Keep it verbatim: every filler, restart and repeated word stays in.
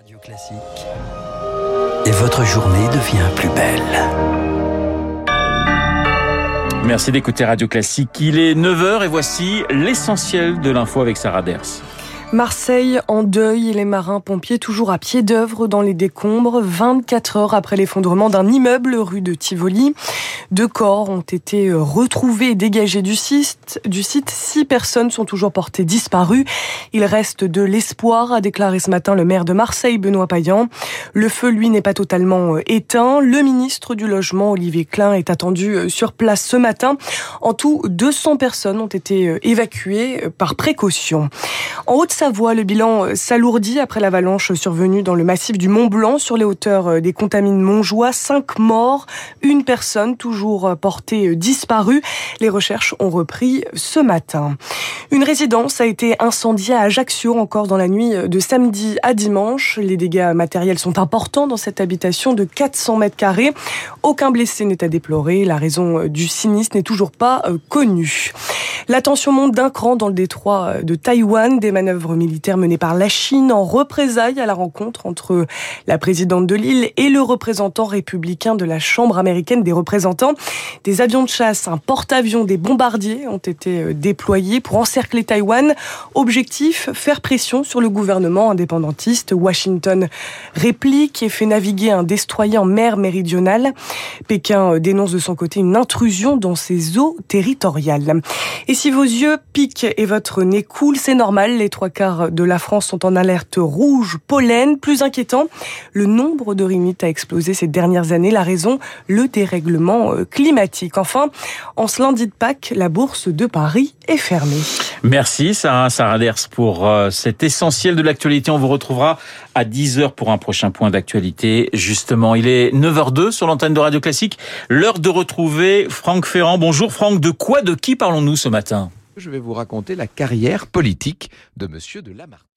Radio Classique. Et votre journée devient plus belle. Merci d'écouter Radio Classique. Il est neuf heures et voici l'essentiel de l'info avec Sarah Ders. Marseille en deuil et les marins-pompiers toujours à pied d'œuvre dans les décombres, vingt-quatre heures après l'effondrement d'un immeuble rue de Tivoli. Deux corps ont été retrouvés et dégagés du site. Du site, six personnes sont toujours portées disparues. Il reste de l'espoir, a déclaré ce matin le maire de Marseille, Benoît Payan. Le feu, lui, n'est pas totalement éteint. Le ministre du Logement, Olivier Klein, est attendu sur place ce matin. En tout, deux cents personnes ont été évacuées par précaution. En Haute-Savoie, le bilan s'alourdit après l'avalanche survenue dans le massif du Mont-Blanc sur les hauteurs des Contamines Montjoie. Cinq morts, une personne toujours portée disparue. Les recherches ont repris ce matin. Une résidence a été incendiée à Ajaccio encore dans la nuit de samedi à dimanche. Les dégâts matériels sont importants dans cette habitation de quatre cents mètres carrés. Aucun blessé n'est à déplorer. La raison du sinistre n'est toujours pas connue. La tension monte d'un cran dans le détroit de Taïwan. Des manœuvres militaires menées par la Chine en représailles à la rencontre entre la présidente de l'île et le représentant républicain de la Chambre américaine des représentants. Des avions de chasse, un porte-avions, des bombardiers ont été déployés pour encercler Taïwan. Objectif, faire pression sur le gouvernement indépendantiste. Washington réplique et fait naviguer un destroyer en mer méridionale. Pékin dénonce de son côté une intrusion dans ses eaux territoriales. Et si vos yeux piquent et votre nez coule, c'est normal. Les trois quarts de la France sont en alerte rouge pollen. Plus inquiétant, le nombre de rhinites a explosé ces dernières années. La raison, le dérèglement climatique. Enfin, en ce lundi de Pâques, la bourse de Paris est fermée. Merci Sarah, Sarah Ders pour euh, cet essentiel de l'actualité. On vous retrouvera à dix heures pour un prochain point d'actualité. Justement, il est neuf heures deux sur l'antenne de Radio Classique. L'heure de retrouver Franck Ferrand. Bonjour Franck, de quoi, de qui parlons-nous ce matin ? Je vais vous raconter la carrière politique de Monsieur de Lamartine.